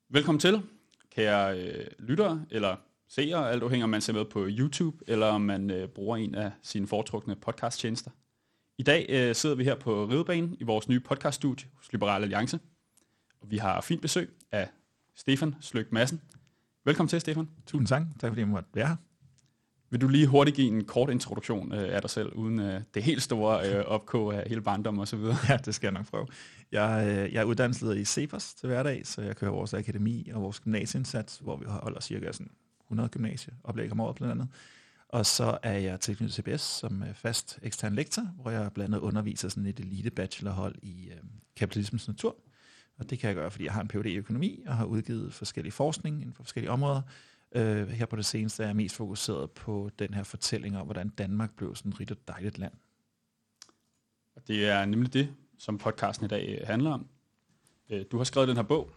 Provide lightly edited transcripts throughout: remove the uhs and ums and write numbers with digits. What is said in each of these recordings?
Velkommen til, kære lyttere eller seere, alt afhænger om man ser med på YouTube, eller om man bruger en af sine foretrukne podcasttjenester. I dag sidder vi her på Ridebanen i vores nye podcaststudie hos Liberal Alliance, og vi har fint besøg af Stefan Sløk Madsen. Velkommen til, Stefan. Tusind tak. Tak fordi jeg måtte være her. Vil du lige hurtigt give en kort introduktion af dig selv, uden det helt store opkog af hele barndom og så videre? Ja, det skal jeg nok prøve. Jeg er uddannelsesleder i CEPOS til hverdag, så jeg kører vores akademi og vores gymnasieindsats, hvor vi holder cirka 100 gymnasieoplæg om året blandt andet. Og så er jeg tilknyttet CBS som fast ekstern lektor, hvor jeg blandt andet underviser sådan et elite bachelorhold i kapitalismens natur. Og det kan jeg gøre, fordi jeg har en Ph.D. i økonomi og har udgivet forskellige forskning inden for forskellige områder. Her på det seneste er jeg mest fokuseret på den her fortælling om, hvordan Danmark blev sådan et rigt og dejligt land. Og det er nemlig det, som podcasten i dag handler om. Du har skrevet den her bog,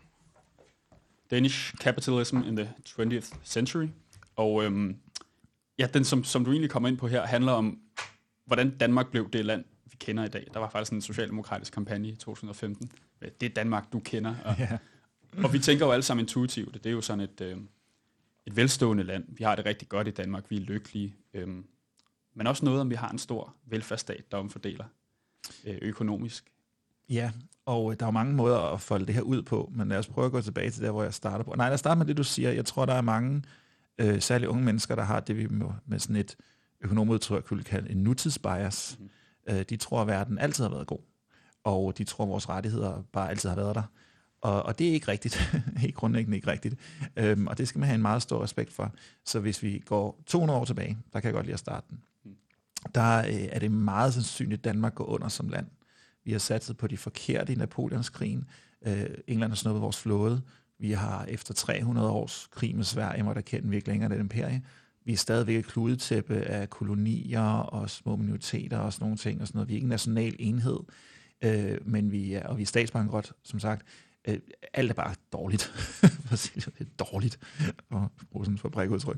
Danish Capitalism in the 20th Century. Og den, som du egentlig kommer ind på her, handler om, hvordan Danmark blev det land, vi kender i dag. Der var faktisk en socialdemokratisk kampagne i 2015. Det er Danmark, du kender. Og vi tænker jo alle sammen intuitivt. Det er jo sådan et velstående land. Vi har det rigtig godt i Danmark. Vi er lykkelige. Men også noget, om vi har en stor velfærdsstat, der omfordeler økonomisk. Ja, og der er jo mange måder at folde det her ud på, men lad os prøve at gå tilbage til der, hvor jeg starter på. Nej, lad os starte med det, du siger. Jeg tror, der er mange, særligt unge mennesker, der har det, vi med sådan et økonomudtryk kunne kalde en nutidsbias. De tror, at verden altid har været god, og de tror, at vores rettigheder bare altid har været der. Og det er ikke rigtigt. Helt grundlæggende ikke rigtigt. Og det skal man have en meget stor respekt for. Så hvis vi går 200 år tilbage, der kan jeg godt lide at starte den, der er det meget sandsynligt, at Danmark går under som land. Vi har satset på de forkerte i Napoleonskrigen. England har snuppet vores flåde. Vi har efter 300 års krig med Sverige måtte erkende, vi ikke længere et imperie. Vi er stadigvæk et kludetæppe af kolonier og små minoriteter og sådan nogle ting. Og sådan noget. Vi er ikke en national enhed, men vi er statsbankrot, som sagt. Alt er bare dårligt. Det er dårligt. Og bruge sådan en fabrikudtryk.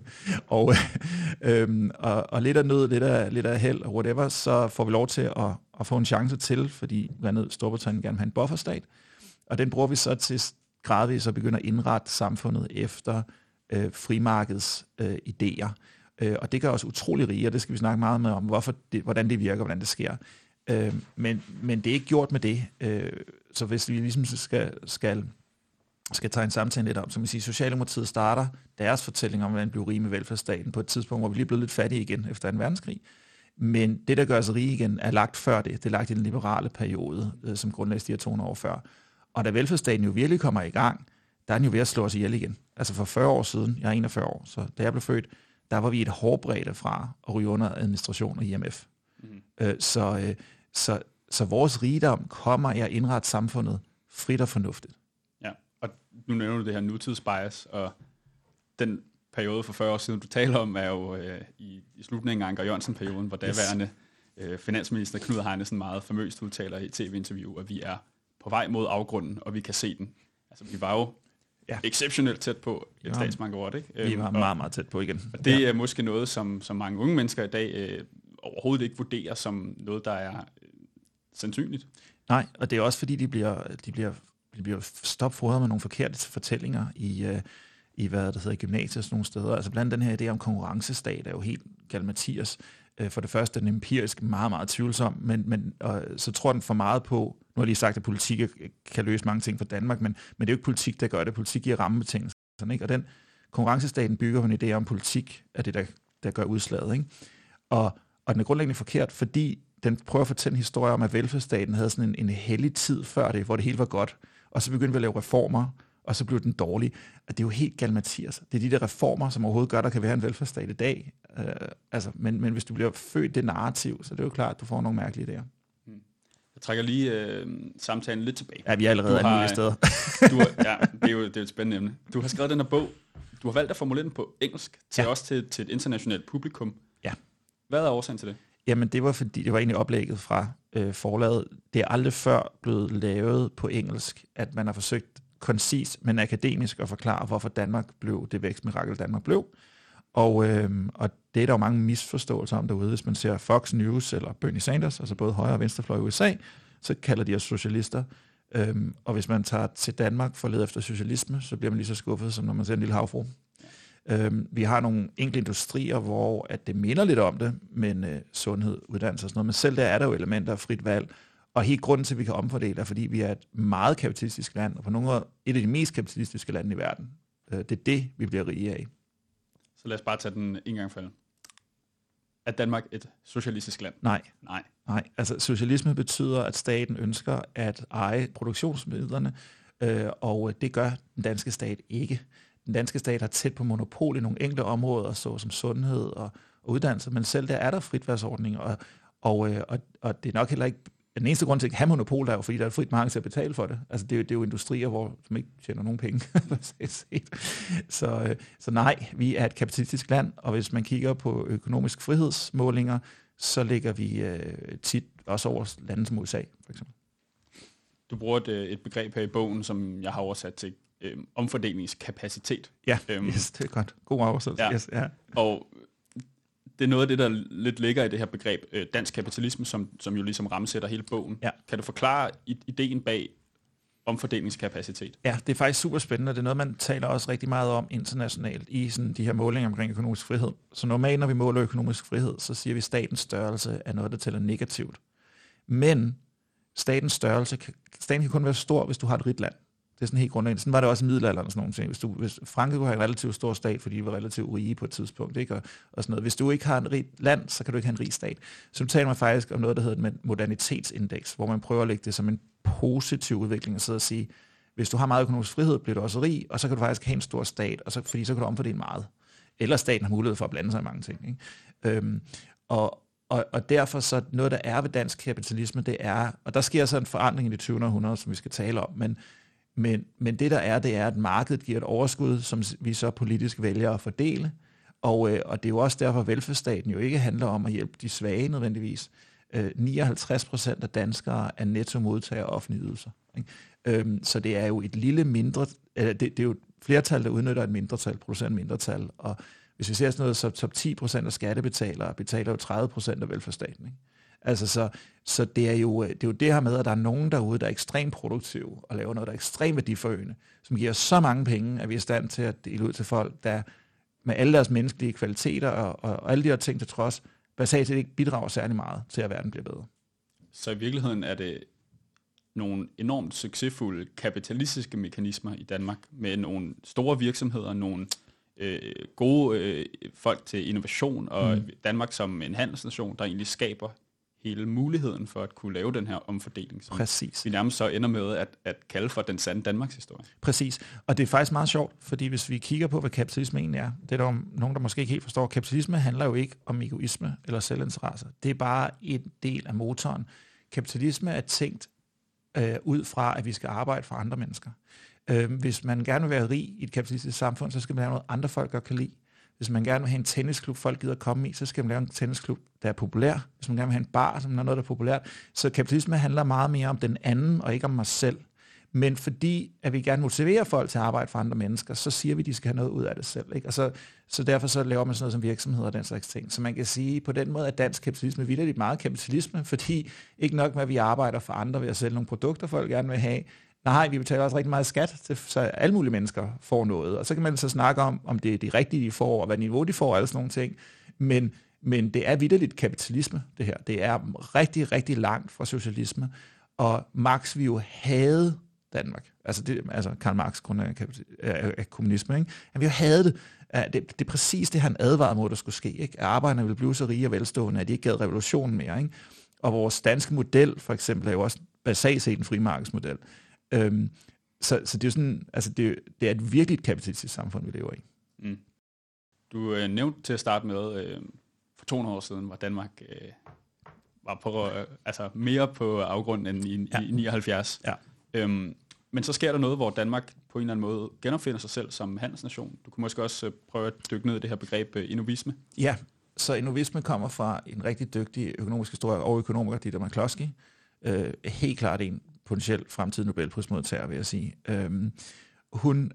Og lidt af nød, lidt af held og whatever, så får vi lov til at få en chance til, fordi blandt andet Storbritannien gerne vil have en bufferstat. Og den bruger vi så til gradvist at begynde at indrette samfundet efter frimarkeds idéer. Og det gør os utrolig rige, og det skal vi snakke meget med om, hvordan det virker, hvordan det sker. Men det er ikke gjort med det. Så hvis vi ligesom skal tage en samtale lidt om, som vi siger, Socialdemokratiet starter deres fortælling om, hvordan man blev rig med velfærdsstaten på et tidspunkt, hvor vi lige blev lidt fattige igen efter 2. verdenskrig. Men det, der gør os rige igen, er lagt før det. Det er lagt i den liberale periode, som grundlægges de her 200 år før. Og da velfærdsstaten jo virkelig kommer i gang, der er den jo ved at slå os ihjel igen. Altså for 40 år siden, jeg er 41 år, så da jeg blev født, der var vi et hårdbredde fra at ryge under administration og IMF. Så vores rigdom kommer af at indrette samfundet frit og fornuftigt. Ja, og nu nævner du det her nutidsbias, og den periode for 40 år siden, du taler om, er jo i slutningen af Anker Jørgensen-perioden, hvor daværende finansminister Knud Heinesen meget famøst udtaler i et tv-interview, at vi er på vej mod afgrunden, og vi kan se den. Altså, vi var jo exceptionelt tæt på et statsbankerot, ikke? Vi var meget, meget tæt på igen. Og det er måske noget, som mange unge mennesker i dag overhovedet ikke vurderer som noget, der er sandsynligt. Nej, og det er også fordi, de bliver stopfodret med nogle forkerte fortællinger i hvad det hedder, gymnasiet og sådan nogle steder. Altså blandt den her idé om konkurrencestat er jo helt galimatias. For det første er den empirisk meget, meget tvivlsom, men så tror den for meget på, nu har jeg lige sagt, at politik kan løse mange ting for Danmark, men det er jo ikke politik, der gør det. Politik giver rammebetingelser, ikke? Og den konkurrencestaten bygger på en idé om politik, er det, der gør udslaget, ikke? Og den er grundlæggende forkert, fordi den prøver at fortælle en historie om, at velfærdsstaten havde sådan en hellig tid før det, hvor det hele var godt, og så begyndte vi at lave reformer, og så blev den dårlig. Og det er jo helt galimatias. Det er de der reformer, som overhovedet gør, der kan være en velfærdsstat i dag. Men hvis du bliver født det narrativ, så er det jo klart, at du får nogle mærkelige idéer. Jeg trækker lige samtalen lidt tilbage. Ja, vi er allerede alle mulige steder. Det er jo et spændende emne. Du har skrevet den her bog. Du har valgt at formulere den på engelsk, til et internationalt publikum. Ja. Hvad er årsagen til det? Jamen, det var fordi, det var egentlig oplægget fra forlaget. Det er aldrig før blevet lavet på engelsk, at man har forsøgt koncist, men akademisk at forklare, hvorfor Danmark blev det vækstmirakel, Danmark blev. Og det er der jo mange misforståelser om derude. Hvis man ser Fox News eller Bernie Sanders, altså både højre og venstrefløj i USA, så kalder de os socialister. Og hvis man tager til Danmark for at lede efter socialisme, så bliver man lige så skuffet, som når man ser en lille havfru. Vi har nogle enkelte industrier, hvor at det minder lidt om det, men sundhed, uddannelse og sådan noget. Men selv der er der jo elementer af frit valg. Og helt grunden til, at vi kan omfordele, er, fordi vi er et meget kapitalistisk land, og på nogle år et af de mest kapitalistiske lande i verden. Det er det, vi bliver rige af. Så lad os bare tage den en gang for alle. Er Danmark et socialistisk land? Nej. Nej. Altså socialisme betyder, at staten ønsker at eje produktionsmidlerne, og det gør den danske stat ikke. Den danske stat har tæt på monopol i nogle enkelte områder, såsom sundhed og uddannelse, men selv der er der fritvalgsordninger, og det er nok heller ikke den eneste grund til at have monopol, der er jo, fordi der er et frit marked til at betale for det. Altså det er jo industrier, som ikke tjener nogen penge. Så nej, vi er et kapitalistisk land, og hvis man kigger på økonomiske frihedsmålinger, så ligger vi tit også over lande som USA, for eksempel. Du bruger et begreb her i bogen, som jeg har oversat til omfordelingskapacitet. Ja, yes, det er godt. God oversættelse. Ja. Yes, ja. Og det er noget af det, der lidt ligger i det her begreb dansk kapitalisme, som jo ligesom rammesætter hele bogen. Ja. Kan du forklare ideen bag omfordelingskapacitet? Ja, det er faktisk super spændende. Det er noget, man taler også rigtig meget om internationalt i sådan de her målinger omkring økonomisk frihed. Så normalt, når vi måler økonomisk frihed, så siger vi, at statens størrelse er noget, der tæller negativt. Men statens staten kan kun være stor, hvis du har et rigt land. Det er sådan helt grundlæggende. Sådan var det også i middelalderen og sådan nogle ting. Hvis Frankrig kunne have en relativt stor stat, fordi de var relativt rige på et tidspunkt, ikke? Og sådan noget. Hvis du ikke har en rig land, så kan du ikke have en rig stat. Så nu taler man faktisk om noget, der hedder et modernitetsindeks, hvor man prøver at lægge det som en positiv udvikling og sidde og sige, hvis du har meget økonomisk frihed, bliver du også rig, og så kan du faktisk have en stor stat, fordi så kan du omfordele meget. Eller staten har mulighed for at blande sig i mange ting. Ikke? Og derfor så noget, der er ved dansk kapitalisme, det er, og der sker så en forandring i det 20. århundrede, som vi skal tale om, men det der er, det er, at markedet giver et overskud, som vi så politisk vælger at fordele, og det er jo også derfor, at velfærdsstaten jo ikke handler om at hjælpe de svage nødvendigvis. 59% af danskere er netto modtagere af offentlige ydelser. Ikke? Så det er jo et lille mindre, det er jo et flertal, der udnytter et mindretal, producerer et mindretal, og hvis vi ser sådan noget, så top 10% af skattebetalere betaler jo 30% af velfærdsstaten. Ikke? Altså så det er jo det her med, at der er nogen derude, der er ekstremt produktive og laver noget, der er ekstremt værdiforøgende, som giver så mange penge, at vi er i stand til at dele ud til folk, der med alle deres menneskelige kvaliteter og alle de her ting til trods, basalt set ikke bidrager særlig meget til, at verden bliver bedre. Så i virkeligheden er det nogle enormt succesfulde kapitalistiske mekanismer i Danmark, med nogle store virksomheder, nogle gode folk til innovation, og Danmark som en handelsnation, der egentlig skaber hele muligheden for at kunne lave den her omfordeling, som Præcis. vi nærmest så ender med at kalde for den sande Danmarks historie. Præcis, og det er faktisk meget sjovt, fordi hvis vi kigger på, hvad kapitalisme egentlig er, det er der nogen, der måske ikke helt forstår. Kapitalisme handler jo ikke om egoisme eller selvinteresse. Det er bare en del af motoren. Kapitalisme er tænkt ud fra, at vi skal arbejde for andre mennesker. Hvis man gerne vil være rig i et kapitalistisk samfund, så skal man lave noget, andre folk godt kan lide. Hvis man gerne vil have en tennisklub, folk gider komme i, så skal man lave en tennisklub, der er populær. Hvis man gerne vil have en bar, som er noget, der er populært. Så kapitalisme handler meget mere om den anden, og ikke om mig selv. Men fordi at vi gerne motiverer folk til at arbejde for andre mennesker, så siger vi, at de skal have noget ud af det selv. Ikke? Og så derfor så laver man sådan noget som virksomheder og den slags ting. Så man kan sige, på den måde, at dansk kapitalisme vitterligt meget kapitalisme, fordi ikke nok med, at vi arbejder for andre ved at sælge nogle produkter, folk gerne vil have. Nej, vi betaler også rigtig meget skat, så alle mulige mennesker får noget. Og så kan man så snakke om det er de rigtige, de får, og hvad niveau de får, og alle sådan nogle ting. Men det er vitterligt kapitalisme, det her. Det er rigtig, rigtig langt fra socialisme. Og Marx vil jo hade Danmark. Altså Karl Marx, grundlægger af kommunisme, ikke? Han vil jo hade det. Det er præcis det, han advarede mod, der skulle ske. Ikke? At arbejderne ville blive så rige og velstående, at de ikke gad revolutionen mere. Ikke? Og vores danske model, for eksempel, er jo også basalt set en frimarkedsmodel. Så det er jo sådan, altså det er et virkelig kapitalistisk samfund, vi lever i. Mm. Du nævnte til at starte med, for 200 år siden var Danmark var på, mere på afgrunden end i 79. Ja. Men så sker der noget, hvor Danmark på en eller anden måde genopfinder sig selv som handelsnation. Du kunne måske også prøve at dykke ned i det her begreb innovisme. Ja, så innovisme kommer fra en rigtig dygtig økonomisk historiker og økonomiker, Dieter McCloskey. Helt klart en potentielt fremtidig Nobelprismodtager, vil jeg sige. Hun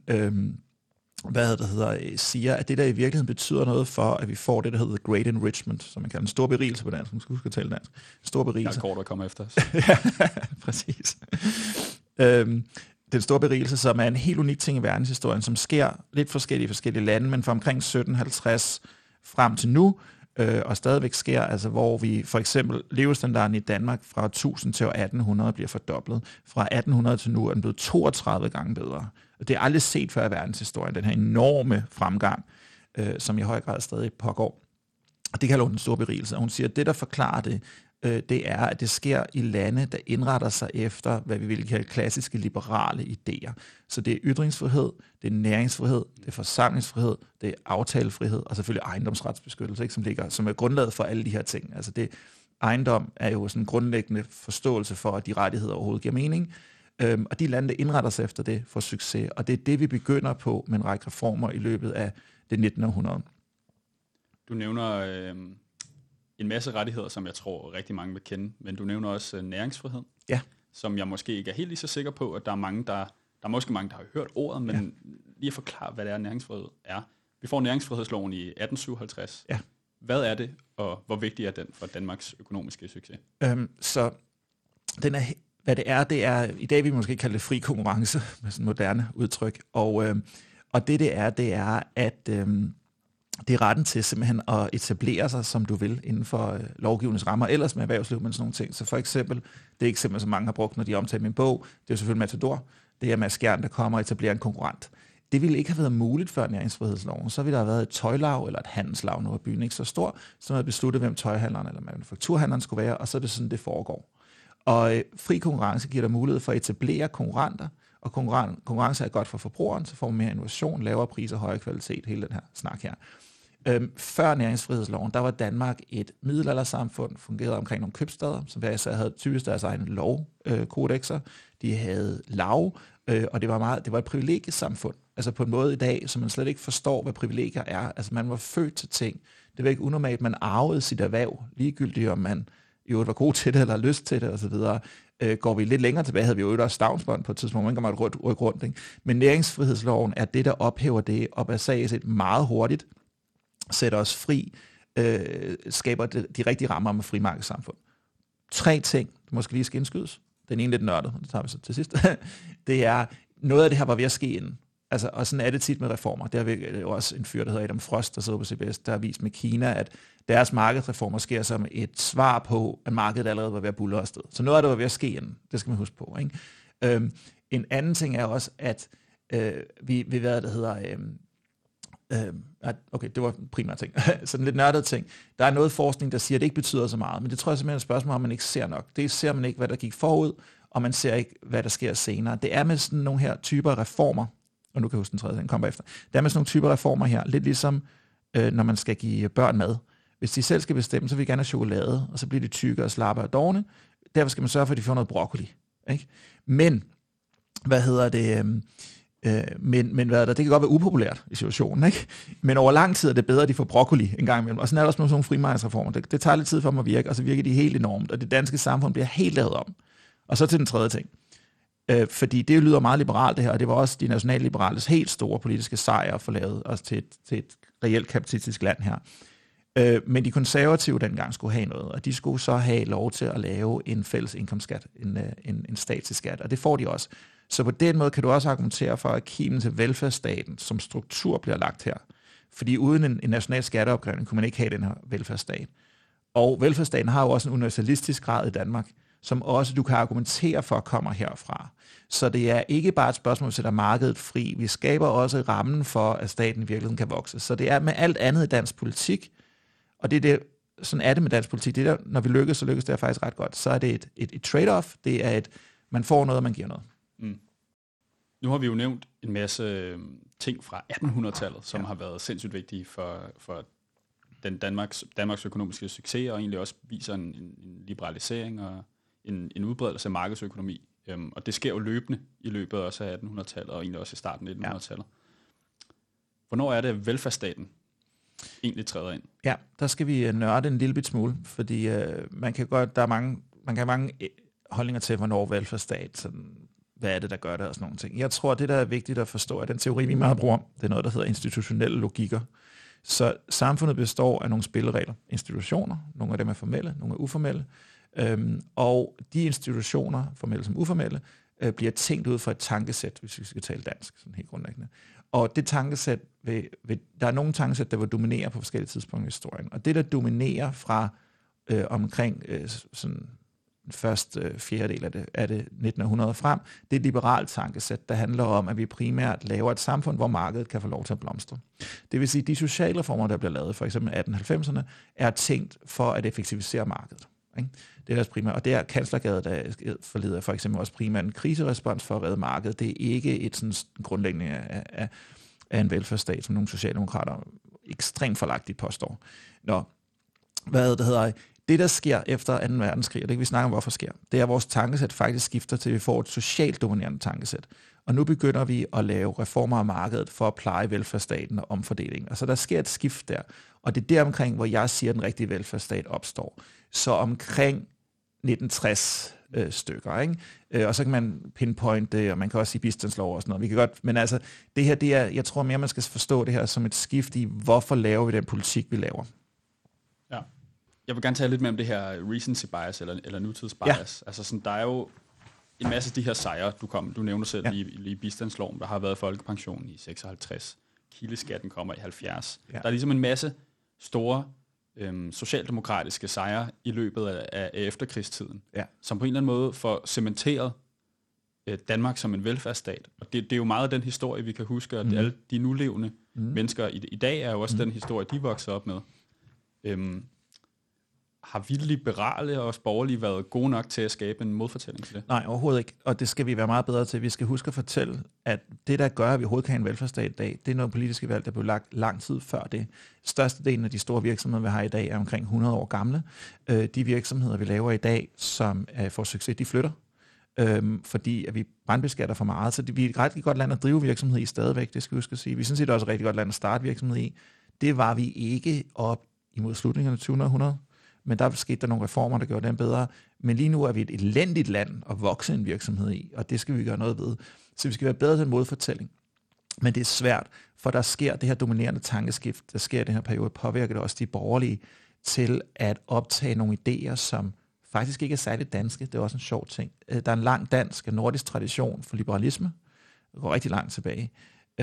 siger, at det der i virkeligheden betyder noget for, at vi får det, der hedder Great Enrichment, som man kalder en stor berigelse på dansk. Man skal huske at tale dansk. Stor berigelse. Der er kort at komme efter os. Ja, præcis. Den store berigelse, som er en helt unik ting i verdenshistorien, som sker lidt forskellige i forskellige lande, men fra omkring 1750 frem til nu, og stadigvæk sker, altså hvor vi for eksempel levestandarden i Danmark fra 1000 til år 1800 bliver fordoblet. Fra 1800 til nu er den blevet 32 gange bedre. Det er aldrig set før i verdenshistorien, den her enorme fremgang, som i høj grad stadig pågår. Og det kalder hun den store berigelse. Og hun siger, at det, der forklarer det, det er, at det sker i lande, der indretter sig efter, hvad vi vil kalde klassiske liberale idéer. Så det er ytringsfrihed, det er næringsfrihed, det er forsamlingsfrihed, det er aftalefrihed, og selvfølgelig ejendomsretsbeskyttelse, ikke, som er grundlaget for alle de her ting. Altså ejendom er jo sådan en grundlæggende forståelse for, at de rettigheder overhovedet giver mening. Og de lande, der indretter sig efter det, får succes. Og det er det, vi begynder på med en række reformer i løbet af det 19. århundrede. Du nævner en masse rettigheder, som jeg tror rigtig mange vil kende, men du nævner også næringsfrihed, som jeg måske ikke er helt lige så sikker på, at der er mange, der er måske mange, der har hørt ordet, men lige at forklare, hvad det er, næringsfrihed er. Vi får næringsfrihedsloven i 1857. Ja. Hvad er det, og hvor vigtig er den for Danmarks økonomiske succes? Så den er, hvad det er, i dag vil vi måske kalde det fri konkurrence, med sådan et moderne udtryk, og det er, at det er retten til simpelthen at etablere sig, som du vil, inden for lovgivningens rammer, ellers med erhvervsliv, men sådan nogle ting. Så for eksempel, det eksempel, som mange har brugt, når de omtaler min bog, det er jo selvfølgelig Matador. Det er Mads Skjern, der kommer og etablerer en konkurrent. Det ville ikke have været muligt før næringsfrihedsloven. Så ville der have været et tøjlav eller et handelslav, nu er byen ikke så stor, så man havde besluttet, hvem tøjhandleren eller manufakturhandleren skulle være, og så er det sådan, det foregår. Og fri konkurrence giver dig mulighed for at etablere konkurrenter, og konkurrence er godt for forbrugeren, så får man mere innovation, lavere priser, højere kvalitet, hele den her snak her. Før næringsfrihedsloven, der var Danmark et middelaldersamfund, fungerede omkring nogle købstæder, som hver især havde typisk deres egne lovkodexer. De havde lav, og det var et privilegiesamfund. Altså på en måde i dag, som man slet ikke forstår, hvad privilegier er. Altså man var født til ting. Det var ikke unormalt, man arvede sit erhverv, ligegyldigt om man jo var god til det, eller lyst til det, osv. Går vi lidt længere tilbage, havde vi jo også stavnsbånd på et tidspunkt, man kan meget rykke rundt. Ikke? Men næringsfrihedsloven er det, der ophæver det, og baserer sig meget hurtigt, sætter os fri, skaber de rigtige rammer med frimarkedssamfund. 3 ting, der måske lige skal indskydes. Den ene lidt nørdet, det tager vi så til sidst. Det er, noget af det her var ved at ske inden. Altså, og sådan er det tit med reformer. Der er jo også en fyr, der hedder Adam Frost, der sidder på CBS, der har vist med Kina, at deres markedsreformer sker som et svar på, at markedet allerede var ved at buldre afsted. Så noget af det var ved at ske inden. Det skal man huske på. Ikke? En anden ting er også, at vi hvad der hedder... okay, det var en primær ting. Sådan lidt nørdet ting. Der er noget forskning, der siger, at det ikke betyder så meget, men det tror jeg simpelthen er et spørgsmål, om man ikke ser nok. Det ser man ikke, hvad der gik forud, og man ser ikke, hvad der sker senere. Det er med sådan nogle her typer reformer, og nu kan jeg huske den tredje ting, kommer efter. Det er med sådan nogle typer reformer her, lidt ligesom når man skal give børn mad. Hvis de selv skal bestemme, så vil de gerne have chokolade, og så bliver de tykke og slappe og dovne. Derfor skal man sørge for, at de får noget broccoli. Ikke? Men, det kan godt være upopulært i situationen, ikke? Men over lang tid er det bedre, at de får broccoli en gang imellem. Og sådan er der også med sådan nogle frimarkedsreformer. Det tager lidt tid for dem at virke, og så virker de helt enormt, og det danske samfund bliver helt lavet om. Og så til den tredje ting. Fordi det lyder meget liberalt det her, og det var også de nationalliberales helt store politiske sejre for lavet os til et reelt kapitalistisk land her. Men de konservative dengang skulle have noget, og de skulle så have lov til at lave en fælles indkomstskat, en statslig skat, og det får de også. Så på den måde kan du også argumentere for, at kimen til velfærdsstaten som struktur bliver lagt her. Fordi uden en national skatteopkrævning kunne man ikke have den her velfærdsstat. Og velfærdsstaten har jo også en universalistisk grad i Danmark, som også du kan argumentere for kommer herfra. Så det er ikke bare et spørgsmål, at sætter markedet fri. Vi skaber også rammen for, at staten i virkeligheden kan vokse. Så det er med alt andet i dansk politik, og det er det, sådan er det med dansk politik. Det er der, når vi lykkes, så lykkes det faktisk ret godt. Så er det et trade-off. Det er man får noget, og man giver noget. Mm. Nu har vi jo nævnt en masse ting fra 1800-tallet, som har været sindssygt vigtige for den Danmarks økonomiske succes, og egentlig også viser en liberalisering og en udbredelse af markedsøkonomi. Og det sker jo løbende i løbet også af 1800-tallet, og egentlig også i starten af 1900-tallet. Hvornår er det, at velfærdsstaten egentlig træder ind? Ja, der skal vi nørde en lille bit smule, fordi man kan have mange holdninger til, hvornår velfærdsstat, sådan, hvad er det, der gør det og sådan nogle ting. Jeg tror, det der er vigtigt at forstå, at den teori, vi meget bruger, det er noget, der hedder institutionelle logikker. Så samfundet består af nogle spilleregler, institutioner, nogle af dem er formelle, nogle er uformelle, og de institutioner, formelle som uformelle, bliver tænkt ud fra et tankesæt, hvis vi skal tale dansk, sådan helt grundlæggende. Og det tankesæt, der er nogle tankesæt, der vil dominere på forskellige tidspunkter i historien. Og det, der dominerer fra omkring sådan første fjerdedel af det 1900 frem, det er et liberalt tankesæt, der handler om, at vi primært laver et samfund, hvor markedet kan få lov til at blomstre. Det vil sige, at de sociale reformer, der bliver lavet, for eksempel 1890'erne, er tænkt for at effektivisere markedet. Ikke? Det er deres primært, og det er Kanslergade, der forleder for eksempel også primært en kriserespons for at redde markedet. Det er ikke et sådan grundlæggende af en velfærdsstat, som nogle socialdemokrater ekstremt forlagtigt påstår. Nå, det, der sker efter 2. verdenskrig, og det kan vi snakke om, hvorfor sker, det er, at vores tankesæt faktisk skifter til, at vi får et socialt dominerende tankesæt. Og nu begynder vi at lave reformer af markedet for at pleje velfærdsstaten og omfordeling. Og så der sker et skift der. Og det er der omkring, hvor jeg siger, at den rigtige velfærdsstat opstår. Så omkring 1960 stykker, ikke? Og så kan man pinpointe det, og man kan også sige bistandslov og sådan noget. Vi kan godt, men altså, det her, det er, jeg tror mere, man skal forstå det her som et skift i, hvorfor laver vi den politik, vi laver. Ja. Jeg vil gerne tale lidt mere om det her recency bias, eller nutidsbias. Ja. Altså sådan, der er jo en masse af de her sejre, du nævner selv i bistandsloven, der har været folkepensionen i 56, kildeskatten kommer i 70. Ja. Der er ligesom en masse store socialdemokratiske sejre i løbet af efterkrigstiden, som på en eller anden måde får cementeret Danmark som en velfærdsstat. Og det er jo meget af den historie, vi kan huske, at alle de nulevende mennesker i dag er jo også den historie, de vokser op med. Har vi liberale og også borgerlige været gode nok til at skabe en modfortælling til det? Nej, overhovedet ikke. Og det skal vi være meget bedre til. Vi skal huske at fortælle, at det, der gør, at vi overhovedet kan have en velfærdsstat i dag, det er noget politiske valg, der blev lagt lang tid før det. Størstedelen af de store virksomheder, vi har i dag, er omkring 100 år gamle. De virksomheder, vi laver i dag, som får succes, de flytter. Fordi at vi brandbeskatter for meget. Så vi er et rigtig godt land at drive virksomhed i stadigvæk, det skal vi huske at sige. Vi er sådan set også et rigtig godt land at starte virksomhed i. Det var vi ikke op imod slutningen af 20. århundrede. Men der skete der nogle reformer, der gjorde den bedre. Men lige nu er vi et elendigt land at vokse en virksomhed i, og det skal vi gøre noget ved. Så vi skal være bedre til en modfortælling. Men det er svært, for der sker det her dominerende tankeskift, der sker i den her periode, påvirker det også de borgerlige til at optage nogle idéer, som faktisk ikke er særligt danske. Det er også en sjov ting. Der er en lang dansk og nordisk tradition for liberalisme. Det går rigtig langt tilbage.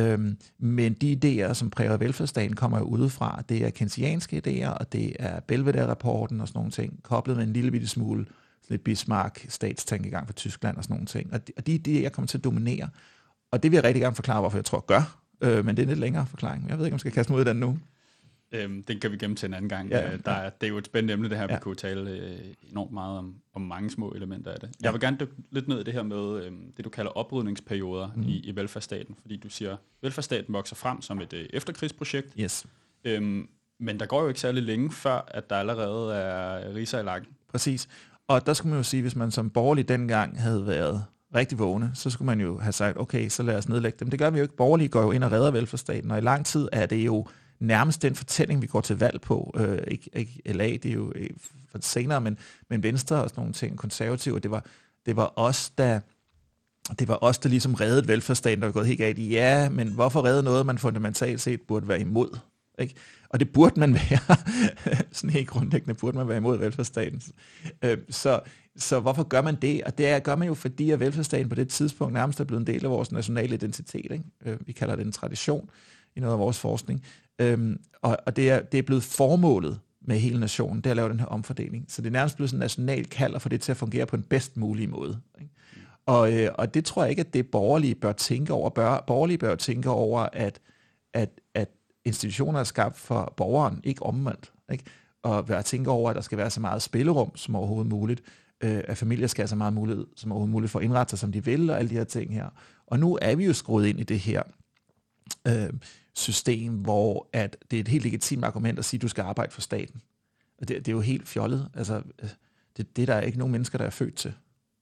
Men de idéer, som præger velfærdsstaten, kommer jo udefra. Det er keynesianske idéer, og det er Belvedere-rapporten og sådan nogle ting, koblet med en lille bitte smule lidt Bismarck-statstankegang for Tyskland og sådan nogle ting. Og de idéer kommer til at dominere. Og det vil jeg rigtig gerne forklare, hvorfor jeg tror gør. Men det er en lidt længere forklaring. Jeg ved ikke, om jeg skal kaste mig ud af den nu. Den kan vi gemme til en anden gang. Det er jo et spændende emne, det her. Vi kunne tale enormt meget om mange små elementer af det. Jeg vil gerne dykke lidt ned i det her med det, du kalder oprydningsperioder i velfærdsstaten. Fordi du siger, at velfærdsstaten vokser frem som et efterkrigsprojekt. Yes. Men der går jo ikke særlig længe, før at der allerede er riser i lakken. Præcis. Og der skulle man jo sige, hvis man som borgerlig dengang havde været rigtig vågne, så skulle man jo have sagt, okay, så lad os nedlægge dem. Det gør vi jo ikke. Borgerlige går jo ind og redder velfærdsstaten, og i lang tid er det jo nærmest den fortælling, vi går til valg på. Ikke LA, det er jo for senere, men Venstre og sådan nogle ting, konservative, det var os, der ligesom reddede velfærdsstaten, der var gået helt galt. Ja, men hvorfor redde noget, man fundamentalt set burde være imod? Ikke? Og det burde man være. Sådan helt grundlæggende burde man være imod velfærdsstaten. Så hvorfor gør man det? Og det gør man jo, fordi at velfærdsstaten på det tidspunkt nærmest er blevet en del af vores nationale identitet. Ikke? Vi kalder det en tradition i noget af vores forskning. Og det er blevet formålet med hele nationen, det er at lave den her omfordeling. Så det er nærmest blevet sådan en national kald at få det til at fungere på en bedst mulige måde. Ikke? Og det tror jeg ikke, at det borgerlige bør tænke over. Borgerlige bør tænke over, at institutioner er skabt for borgeren, ikke omvendt. Ikke? Og bør tænke over, at der skal være så meget spillerum som overhovedet muligt, at familier skal have så meget mulighed som overhovedet muligt for at indrette sig, som de vil, og alle de her ting her. Og nu er vi jo skruet ind i det her system, hvor at det er et helt legitimt argument at sige, at du skal arbejde for staten. Og det er jo helt fjollet. Altså, det er der ikke nogen mennesker, der er født til.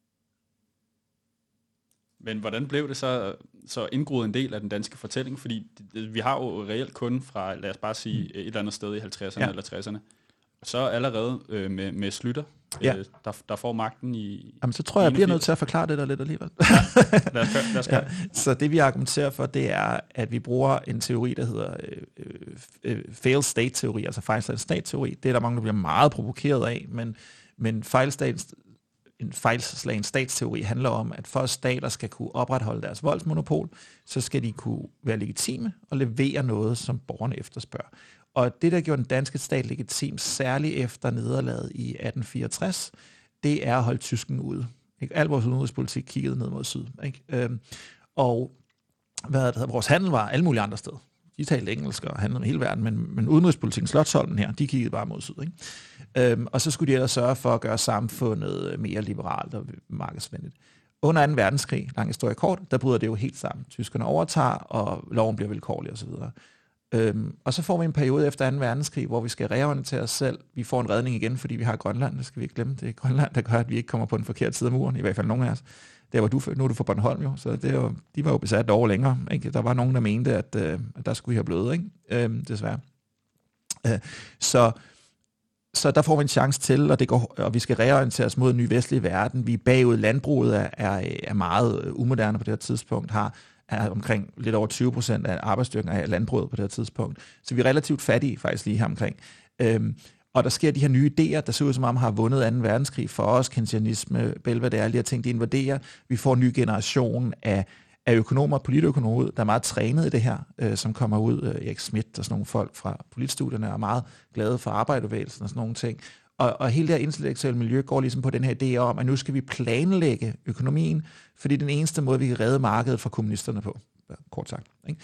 Men hvordan blev det så indgroet en del af den danske fortælling? Fordi vi har jo reelt kun fra, lad os bare sige, et eller andet sted i 50'erne eller 60'erne. Så allerede med Schlüter, der får magten i... Jamen, så tror jeg bliver nødt til at forklare det der lidt alligevel. Lad os gøre. Så det vi argumenterer for, det er, at vi bruger en teori, der hedder failed state-teori, altså fejlslagen stat-teori. Det er der mange, der bliver meget provokeret af, men fejlstatens en fejlslagen statsteori handler om, at for at stater skal kunne opretholde deres voldsmonopol, så skal de kunne være legitime og levere noget, som borgerne efterspørger. Og det, der gjorde den danske stat legitim, særligt efter nederlaget i 1864, det er at holde tysken ude. Ikke? Al vores udenrigspolitik kiggede ned mod syd. Ikke? Og vores handel var alle mulige andre steder. De talte engelsk og handlede med hele verden, men udenrigspolitikken, Slotsholmen her, de kiggede bare mod syd. Ikke? Og så skulle de ellers sørge for at gøre samfundet mere liberalt og markedsvenligt. Under 2. verdenskrig, lang historie kort, der bryder det jo helt sammen. Tyskerne overtager, og loven bliver vilkårlig osv. Og så får vi en periode efter 2. verdenskrig, hvor vi skal reorientere os selv. Vi får en redning igen, fordi vi har Grønland. Det skal vi ikke glemme. Det er Grønland, der gør, at vi ikke kommer på den forkerte side af muren. I hvert fald nogle af os. Der var du, nu er du fra Bornholm jo, så det var, de var jo besat over længere. Ikke? Der var nogen, der mente, at der skulle vi have bløde, ikke? Desværre. Så der får vi en chance til, og vi skal reorientere os mod en ny vestlig verden. Vi er bagud. Landbruget er meget umoderne på det her tidspunkt, er omkring lidt over 20% af arbejdsstyrken af landbruget på det her tidspunkt. Så vi er relativt fattige faktisk lige her omkring. Og der sker de her nye idéer, der ser ud som om har vundet 2. verdenskrig for os, keynesianisme, Belvedere, alle de her ting, de invaderer. Vi får en ny generation af økonomer og politøkonomer, der er meget trænet i det her, som kommer ud, Erik Schmidt og sådan nogle folk fra politstudierne, er meget glade for arbejderbevægelsen og sådan nogle ting. Og hele det her intellektuelle miljø går ligesom på den her idé om, at nu skal vi planlægge økonomien, fordi det er den eneste måde, vi kan redde markedet fra kommunisterne på, kort sagt. Ikke?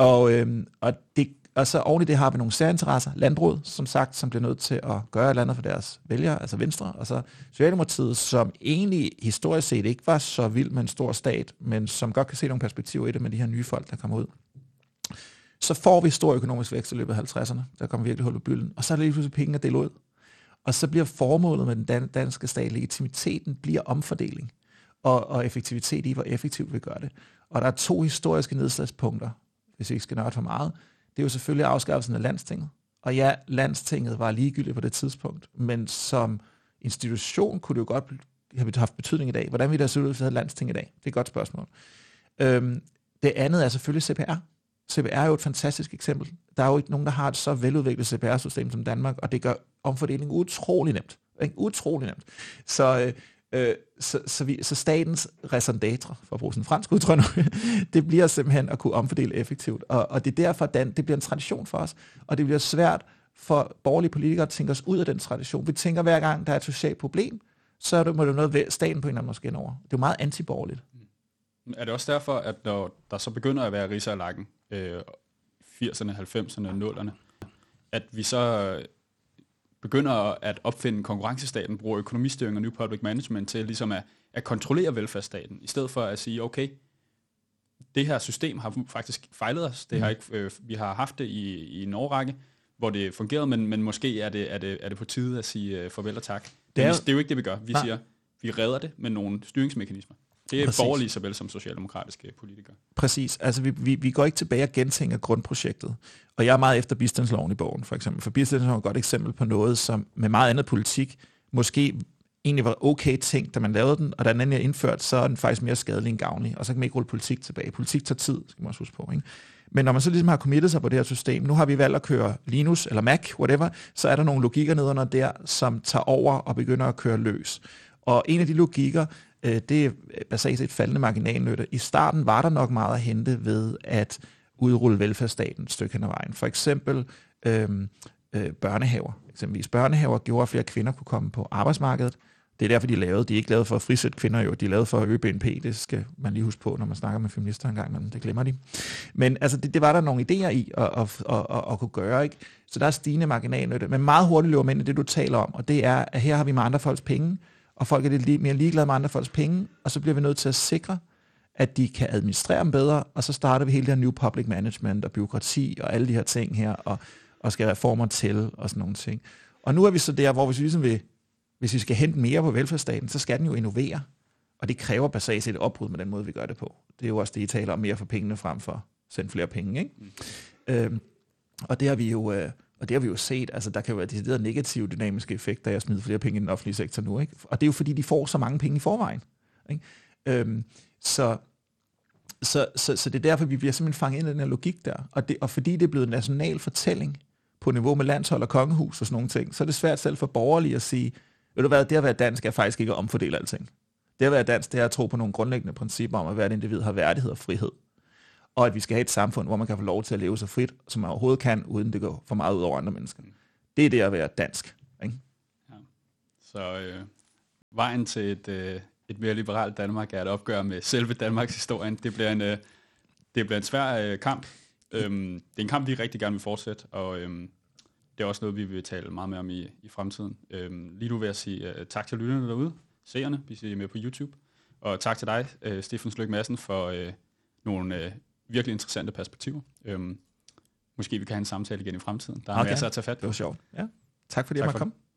Og så oven i det har vi nogle særinteresser, landbruget, som sagt, som bliver nødt til at gøre et eller andet for deres vælgere, altså Venstre, og så Socialdemokratiet, som egentlig historisk set ikke var så vild med en stor stat, men som godt kan se nogle perspektiver i det med de her nye folk, der kommer ud. Så får vi stor økonomisk vækst i løbet af 50'erne, der kommer virkelig hul på bylden, og så er det lige pludselig penge at dele ud. Og så bliver formålet med den danske stat, legitimiteten bliver omfordeling, og effektivitet i, hvor effektivt vi gør det. Og der er 2 historiske nedslagspunkter, hvis vi ikke skal nørde for meget. Det er jo selvfølgelig afskaffelsen af Landstinget. Og ja, Landstinget var ligegyldigt på det tidspunkt, men som institution kunne det jo godt have haft betydning i dag. Hvordan ville det se ud, hvis vi havde Landsting i dag? Det er et godt spørgsmål. Det andet er selvfølgelig CPR. CPR er jo et fantastisk eksempel. Der er jo ikke nogen, der har et så veludviklet CPR-system som Danmark, og det gør omfordelingen utrolig nemt. Ikke? Utrolig nemt. Så statens raison d'être, for at bruge sådan en fransk udtryk, det bliver simpelthen at kunne omfordele effektivt. Og det er derfor, det bliver en tradition for os, og det bliver svært for borgerlige politikere at tænke os ud af den tradition. Vi tænker, hver gang der er et socialt problem, så er det noget, staten på en eller anden måde skal ind over. Det er jo meget antiborgerligt. Er det også derfor, at når der så begynder at være ridser og lakken, 80'erne, 90'erne, 0'erne, at vi så begynder at opfinde konkurrencestaten, bruger økonomistyring og New Public Management til ligesom at kontrollere velfærdsstaten, i stedet for at sige, okay, det her system har faktisk fejlet os, det har ikke, vi har haft det i en årrække, hvor det fungerede, men måske er det på tide at sige farvel og tak. Det er jo ikke det, vi gør. Vi siger, vi redder det med nogle styringsmekanismer. Det er borgerlige såvel som socialdemokratiske politikere. Præcis. Altså vi går ikke tilbage og gentænker grundprojektet. Og jeg er meget efter bistandsloven i bogen, for eksempel. For bistandsloven er et godt eksempel på noget, som med meget andet politik måske egentlig var okay tænkt, da man lavede den, og da den endelig er indført, så er den faktisk mere skadelig end gavnlig. Og så kan man ikke rulle politik tilbage. Politik tager tid, skal man også huske på. Ikke? Men når man så ligesom har committet sig på det her system, nu har vi valgt at køre Linux eller Mac, whatever, så er der nogle logikker nedenunder der, som tager over og begynder at køre løs. Og en af de logikker, det er basalt set faldende marginalnytte. I starten var der nok meget at hente ved at udrulle velfærdsstaten et stykke hen ad vejen. For eksempel børnehaver. Eksempelvis børnehaver gjorde, at flere kvinder kunne komme på arbejdsmarkedet. Det er derfor, de er ikke lavet for at frisætte kvinder, jo. De er lavet for at øge BNP. Det skal man lige huske på, når man snakker med feminister engang, men det glemmer de. Men altså, det var der nogle idéer i at kunne gøre, ikke? Så der er stigende marginalnytte. Men meget hurtigt løber man ind i det, du taler om, og det er, at her har vi med andre folks penge, og folk er lidt mere ligeglade med andre folks penge, og så bliver vi nødt til at sikre, at de kan administrere dem bedre, og så starter vi hele det her New Public Management og byråkrati og alle de her ting her, og skal reformer til og sådan nogle ting. Og nu er vi så der, hvor hvis vi skal hente mere på velfærdsstaten, så skal den jo innovere, og det kræver basalt set et opbrud med den måde, vi gør det på. Det er jo også det, I taler om, mere for pengene frem for at sende flere penge, ikke? Og det har vi jo... Og det har vi jo set, altså der kan jo være decideret negative dynamiske effekter af at smide flere penge i den offentlige sektor nu, ikke? Og det er jo fordi, de får så mange penge i forvejen, ikke? Så det er derfor, vi bliver simpelthen fanget ind i den her logik der. Og fordi det er blevet en national fortælling på niveau med landshold og kongehus og sådan nogle ting, så er det svært selv for borgerlige at sige, Ved du hvad, det at være dansk er faktisk ikke at omfordele alting. Det at være dansk, det er at tro på nogle grundlæggende principper om, at hvert individ har værdighed og frihed. Og at vi skal have et samfund, hvor man kan få lov til at leve så frit, som man overhovedet kan, uden det går for meget ud over andre mennesker. Det er det at være dansk. Ikke? Ja. Så vejen til et mere liberalt Danmark er et opgør med selve Danmarks historien. Det bliver en svær kamp. Det er en kamp, vi rigtig gerne vil fortsætte, og det er også noget, vi vil tale meget mere om i fremtiden. Lige nu vil jeg sige tak til lytterne derude, seerne, hvis I er med på YouTube. Og tak til dig, Steffen Sløk Madsen, for nogle virkelig interessante perspektiver. Måske vi kan have en samtale igen i fremtiden. Der er masser at tage fat på. Det var sjovt. Ja. Tak fordi jeg måtte komme.